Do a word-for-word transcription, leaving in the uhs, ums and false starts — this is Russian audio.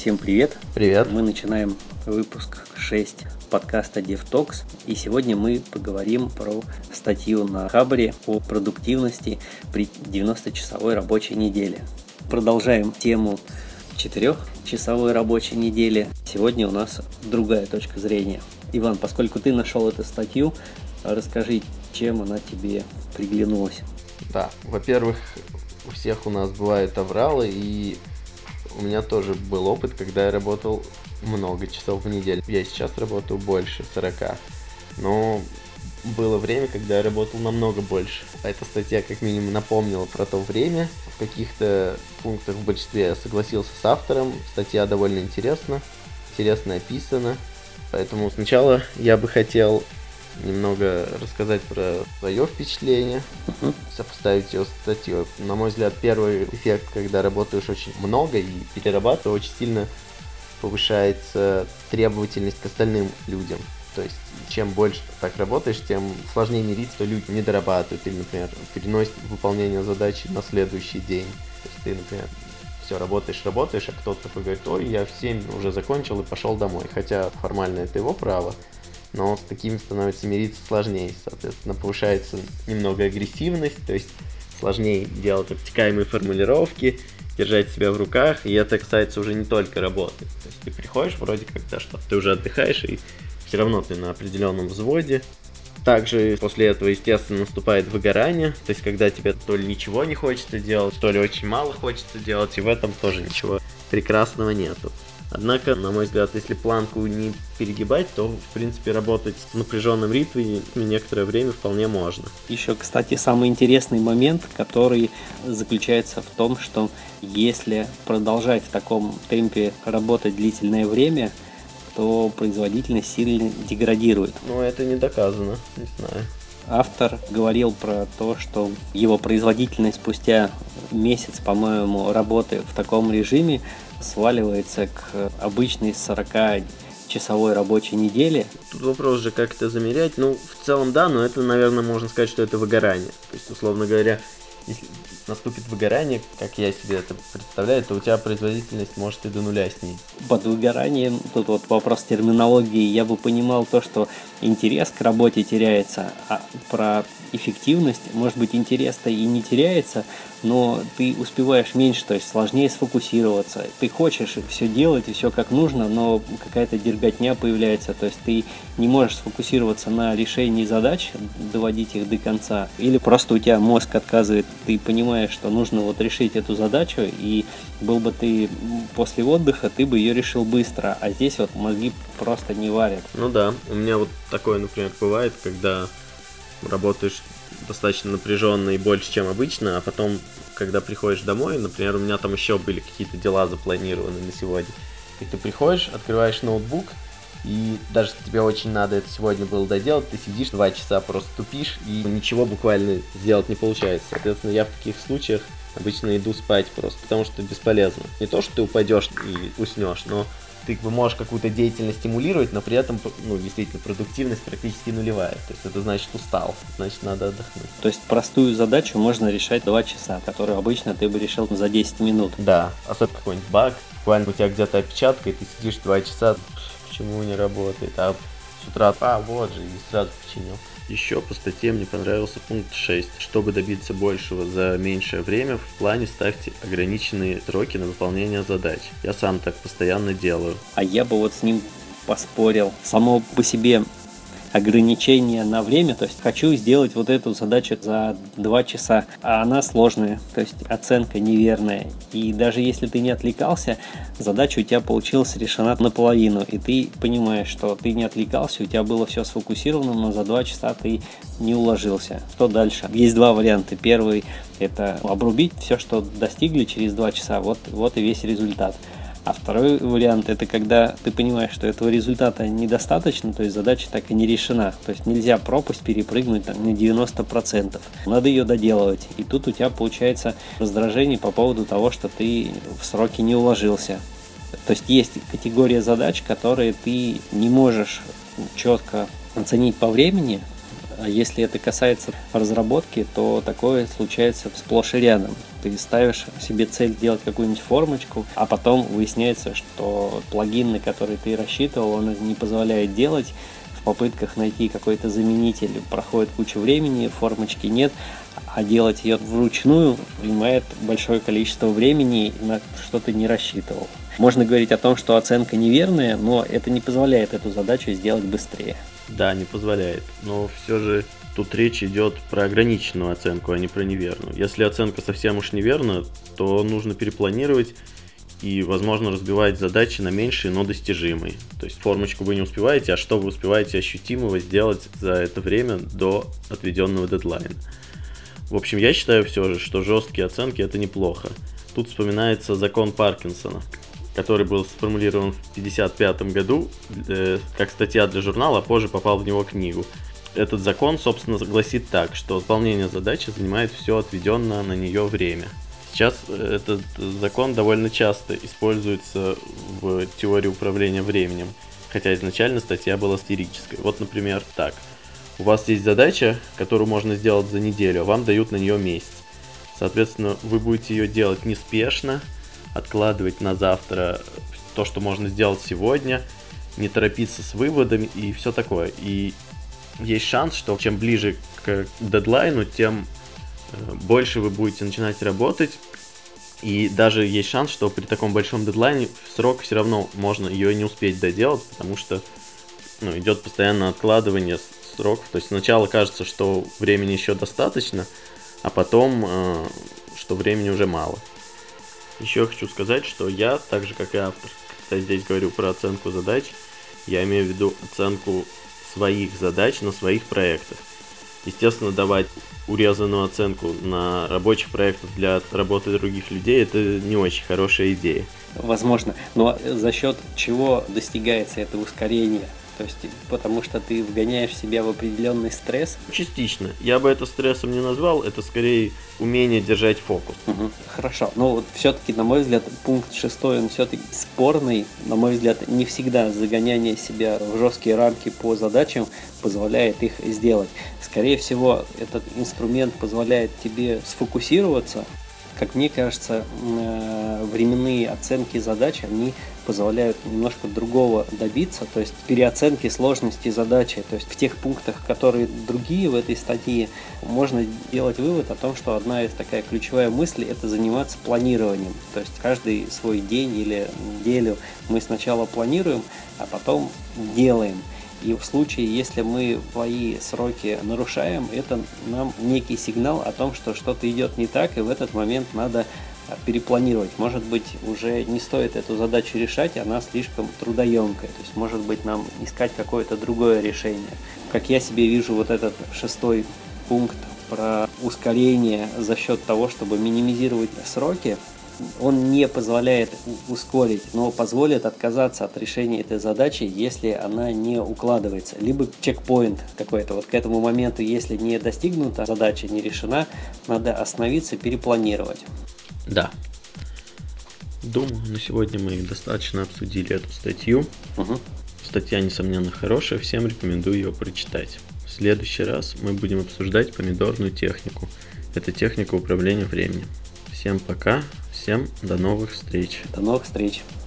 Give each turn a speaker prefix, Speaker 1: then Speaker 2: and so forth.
Speaker 1: Всем привет!
Speaker 2: Привет!
Speaker 1: Мы начинаем выпуск шесть подкаста DevTalks, и сегодня мы поговорим про статью на Хабре о продуктивности при девяносточасовой рабочей неделе. Продолжаем тему четырехчасовой рабочей недели. Сегодня у нас другая точка зрения. Иван, поскольку ты нашел эту статью, расскажи, чем она тебе приглянулась.
Speaker 2: Да, во-первых, у всех у нас бывают авралы, и у меня тоже был опыт, когда я работал много часов в неделю. Я сейчас работаю больше сорока, но было время, когда я работал намного больше. Эта статья как минимум напомнила про то время. В каких-то пунктах в большинстве я согласился с автором. Статья довольно интересна, интересно описана. Поэтому сначала я бы хотел немного рассказать про свое впечатление, uh-huh. сопоставить его с статьей. На мой взгляд, первый эффект, когда работаешь очень много и перерабатываешь, очень сильно повышается требовательность к остальным людям. То есть, чем больше так работаешь, тем сложнее мириться, что люди не дорабатывают или, например, переносят выполнение задачи на следующий день. То есть, ты, например, все, работаешь, работаешь, а кто-то такой говорит: ой, я в семь уже закончил и пошел домой. Хотя формально это его право, но с такими становится мириться сложнее. Соответственно, повышается немного агрессивность, то есть сложнее делать обтекаемые формулировки, держать себя в руках, и это касается уже не только работы. То есть ты приходишь вроде как, да, что ты уже отдыхаешь, и все равно ты на определенном взводе. Также после этого, естественно, наступает выгорание, то есть когда тебе то ли ничего не хочется делать, то ли очень мало хочется делать, и в этом тоже ничего прекрасного нету. Однако, на мой взгляд, если планку не перегибать, то, в принципе, работать в напряженном ритме некоторое время вполне можно.
Speaker 1: Еще, кстати, самый интересный момент, который заключается в том, что если продолжать в таком темпе работать длительное время, то производительность сильно деградирует.
Speaker 2: Ну, это не доказано, не знаю.
Speaker 1: Автор говорил про то, что его производительность спустя месяц, по-моему, работы в таком режиме сваливается к обычной сорокачасовой рабочей неделе.
Speaker 2: Тут вопрос же, как это замерять. Ну, в целом, да, но это, наверное, можно сказать, что это выгорание. То есть, условно говоря, если наступит выгорание, как я себе это представляю, то у тебя производительность может и до нуля снизить.
Speaker 1: Под выгоранием, тут вот вопрос терминологии, я бы понимал то, что интерес к работе теряется, а про эффективность, может быть, интерес-то и не теряется, но ты успеваешь меньше, то есть сложнее сфокусироваться. Ты хочешь все делать и все как нужно, но какая-то дерготня появляется, то есть ты не можешь сфокусироваться на решении задач, доводить их до конца, или просто у тебя мозг отказывает, ты понимаешь, что нужно вот решить эту задачу, и был бы ты после отдыха, ты бы ее решил быстро, а здесь вот мозги просто не варят.
Speaker 2: Ну да, у меня вот такое, например, бывает, когда работаешь достаточно напряженно и больше, чем обычно, а потом, когда приходишь домой, например, у меня там еще были какие-то дела запланированы на сегодня, и ты приходишь, открываешь ноутбук, и даже если тебе очень надо это сегодня было доделать, ты сидишь два часа, просто тупишь, и ничего буквально сделать не получается. Соответственно, я в таких случаях обычно иду спать просто, потому что это бесполезно. Не то, что ты упадешь и уснешь, но ты как бы можешь какую-то деятельность стимулировать, но при этом, ну, действительно, продуктивность практически нулевая. То есть это значит устал, значит надо отдохнуть.
Speaker 1: То есть простую задачу можно решать два часа, которую обычно ты бы решил за десять минут.
Speaker 2: Да, особенно какой-нибудь баг, буквально у тебя где-то опечатка, и ты сидишь два часа, почему не работает, а с утра, а вот же, и сразу починил. Еще по статье мне понравился пункт шесть. Чтобы добиться большего за меньшее время, в плане ставьте ограниченные сроки на выполнение задач. Я сам так постоянно делаю.
Speaker 1: А я бы вот с ним поспорил. Само по себе ограничение на время, то есть хочу сделать вот эту задачу за два часа, а она сложная, то есть оценка неверная. И даже если ты не отвлекался, задача у тебя получилась решена наполовину, и ты понимаешь, что ты не отвлекался, у тебя было все сфокусировано, но за два часа ты не уложился. Что дальше? Есть два варианта. Первый – это обрубить все, что достигли через два часа, вот, вот и весь результат. А второй вариант – это когда ты понимаешь, что этого результата недостаточно, то есть задача так и не решена. То есть нельзя пропасть перепрыгнуть там, на девяносто процентов. Надо ее доделывать. И тут у тебя получается раздражение по поводу того, что ты в сроки не уложился. То есть есть категория задач, которые ты не можешь четко оценить по времени. А если это касается разработки, то такое случается сплошь и рядом. Ты ставишь себе цель делать какую-нибудь формочку, а потом выясняется, что плагин, на который ты рассчитывал, он не позволяет делать. В попытках найти какой-то заменитель проходит куча времени, формочки нет, а делать ее вручную занимает большое количество времени, на что ты не рассчитывал. Можно говорить о том, что оценка неверная, но это не позволяет эту задачу сделать быстрее.
Speaker 3: Да, не позволяет, но все же тут речь идет про ограниченную оценку, а не про неверную. Если оценка совсем уж неверна, то нужно перепланировать и, возможно, разбивать задачи на меньшие, но достижимые. То есть формочку вы не успеваете, а что вы успеваете ощутимого сделать за это время до отведенного дедлайна. В общем, я считаю все же, что жесткие оценки это неплохо. Тут вспоминается закон Паркинсона, который был сформулирован в пятьдесят пятом году э, как статья для журнала, а позже попал в него книгу. Этот закон, собственно, гласит так, что выполнение задачи занимает все отведенное на нее время. Сейчас этот закон довольно часто используется в теории управления временем, хотя изначально статья была сатирической. Вот, например, так. У вас есть задача, которую можно сделать за неделю, а вам дают на нее месяц. Соответственно, вы будете ее делать неспешно, откладывать на завтра то, что можно сделать сегодня, не торопиться с выводами и все такое. И есть шанс, что чем ближе к дедлайну, тем больше вы будете начинать работать. И даже есть шанс, что при таком большом дедлайне в срок все равно можно ее не успеть доделать, потому что ну, идет постоянное откладывание сроков. То есть сначала кажется, что времени еще достаточно, а потом, э, что времени уже мало. Еще хочу сказать, что я, так же как и автор, кстати, здесь говорю про оценку задач, я имею в виду оценку своих задач на своих проектах. Естественно, давать урезанную оценку на рабочих проектах для работы других людей – это не очень хорошая идея.
Speaker 1: Возможно, но за счет чего достигается это ускорение? То есть, потому что ты вгоняешь себя в определенный стресс?
Speaker 3: Частично. Я бы это стрессом не назвал, это скорее умение держать фокус.
Speaker 1: Угу. Хорошо. Но вот все-таки, на мой взгляд, пункт шестой, он все-таки спорный. На мой взгляд, не всегда загоняние себя в жесткие рамки по задачам позволяет их сделать. Скорее всего, этот инструмент позволяет тебе сфокусироваться. Как мне кажется, временные оценки задач, они позволяют немножко другого добиться, то есть переоценки сложности задачи. То есть в тех пунктах, которые другие в этой статье, можно делать вывод о том, что одна из такая ключевая мысль – это заниматься планированием. То есть каждый свой день или неделю мы сначала планируем, а потом делаем. И в случае, если мы свои сроки нарушаем, это нам некий сигнал о том, что что-то идет не так, и в этот момент надо перепланировать. Может быть, уже не стоит эту задачу решать, она слишком трудоемкая. То есть, может быть, нам искать какое-то другое решение. Как я себе вижу вот этот шестой пункт про ускорение за счет того, чтобы минимизировать сроки, он не позволяет ускорить, но позволит отказаться от решения этой задачи, если она не укладывается. Либо чекпоинт какой-то. Вот к этому моменту, если не достигнута задача, не решена, надо остановиться, перепланировать.
Speaker 3: Да. Думаю, на сегодня мы достаточно обсудили эту статью.
Speaker 1: Угу.
Speaker 3: Статья, несомненно, хорошая, всем рекомендую ее прочитать. В следующий раз мы будем обсуждать помидорную технику. Это техника управления временем. Всем пока, всем до новых встреч.
Speaker 1: До новых встреч.